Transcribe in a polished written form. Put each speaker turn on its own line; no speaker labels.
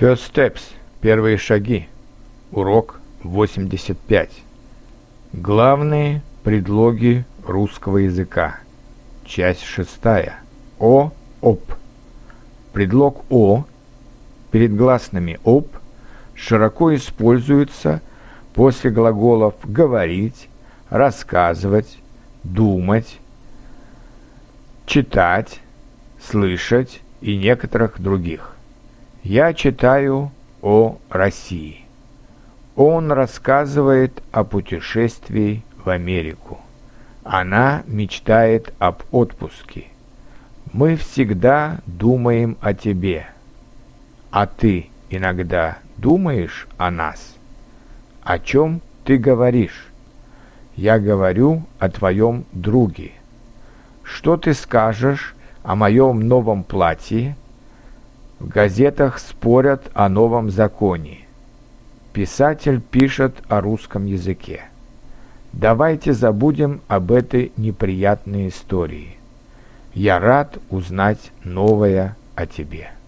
First Steps. Первые шаги. Урок 85. Главные предлоги русского языка. Часть 6. О, об. Предлог «о» перед гласными «об» широко используется после глаголов «говорить», «рассказывать», «думать», «читать», «слышать» и некоторых других. Я читаю о России. Он рассказывает о путешествии в Америку. Она мечтает об отпуске. Мы всегда думаем о тебе. А ты иногда думаешь о нас? О чем ты говоришь? Я говорю о твоем друге. Что ты скажешь о моем новом платье? В газетах спорят о новом законе. Писатель пишет о русском языке. Давайте забудем об этой неприятной истории. Я рад узнать новое о тебе.